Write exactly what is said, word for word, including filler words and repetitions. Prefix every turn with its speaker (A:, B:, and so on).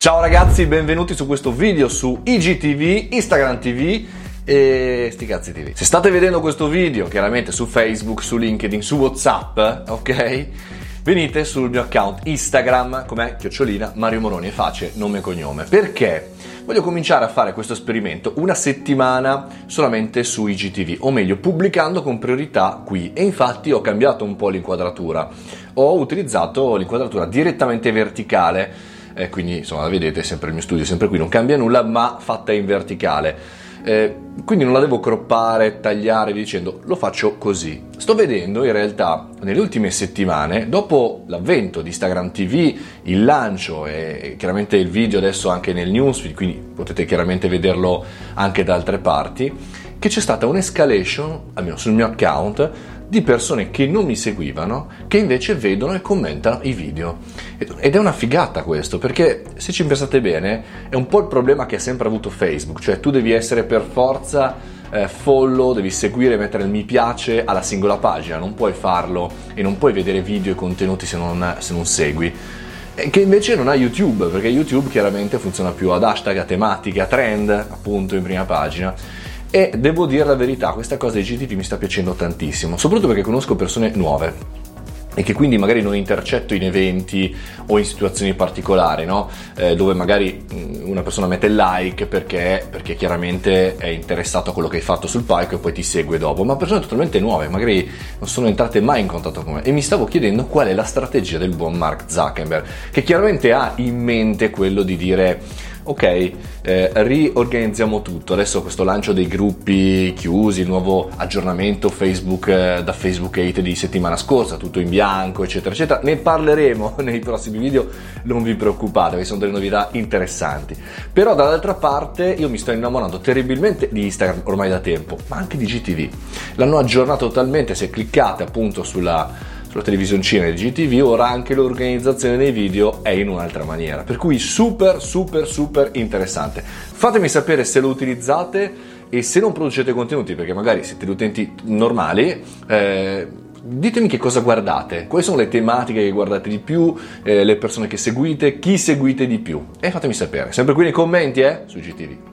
A: Ciao ragazzi, benvenuti su questo video su I G T V, Instagram T V e sti cazzi T V. Se state vedendo questo video chiaramente su Facebook, su LinkedIn, su WhatsApp, ok? Venite sul mio account Instagram, com'è? Chiocciolina, Mario Moroni, è facile, nome e cognome. Perché? Voglio cominciare a fare questo esperimento una settimana solamente su I G T V, o meglio, pubblicando con priorità qui. E infatti ho cambiato un po' l'inquadratura. Ho utilizzato l'inquadratura direttamente verticale. Eh, quindi insomma vedete, sempre il mio studio, sempre qui, non cambia nulla, ma fatta in verticale, eh, quindi non la devo croppare, tagliare, dicendo, lo faccio così. Sto vedendo in realtà nelle ultime settimane, dopo l'avvento di Instagram T V, il lancio e chiaramente il video adesso anche nel newsfeed, quindi potete chiaramente vederlo anche da altre parti, che c'è stata un'escalation, almeno sul mio account, di persone che non mi seguivano, che invece vedono e commentano i video. Ed è una figata questo, perché se ci pensate bene è un po' il problema che ha sempre avuto Facebook, cioè tu devi essere per forza eh, follow, devi seguire e mettere il mi piace alla singola pagina, non puoi farlo e non puoi vedere video e contenuti se non, se non segui. E che invece non ha YouTube, perché YouTube chiaramente funziona più ad hashtag, a tematica, a trend, appunto in prima pagina. E devo dire la verità, questa cosa di I G T V mi sta piacendo tantissimo, soprattutto perché conosco persone nuove e che quindi magari non intercetto in eventi o in situazioni particolari, no? Eh, dove magari una persona mette il like perché, perché chiaramente è interessato a quello che hai fatto sul palco e poi ti segue dopo, ma persone totalmente nuove, magari non sono entrate mai in contatto con me, e mi stavo chiedendo qual è la strategia del buon Mark Zuckerberg, che chiaramente ha in mente quello di dire ok, eh, riorganizziamo tutto, adesso questo lancio dei gruppi chiusi, il nuovo aggiornamento Facebook eh, da Facebook otto di settimana scorsa, tutto in bianco eccetera eccetera, ne parleremo nei prossimi video, non vi preoccupate perché sono delle novità interessanti. Però dall'altra parte io mi sto innamorando terribilmente di Instagram ormai da tempo, ma anche di I G T V, l'hanno aggiornato totalmente. Se cliccate appunto sulla sulla televisioncina di I G T V, ora anche l'organizzazione dei video è in un'altra maniera, per cui super super super interessante. Fatemi sapere se lo utilizzate e se non producete contenuti, perché magari siete utenti normali, eh, ditemi che cosa guardate, quali sono le tematiche che guardate di più, eh, le persone che seguite, chi seguite di più, e fatemi sapere, sempre qui nei commenti eh, su I G T V.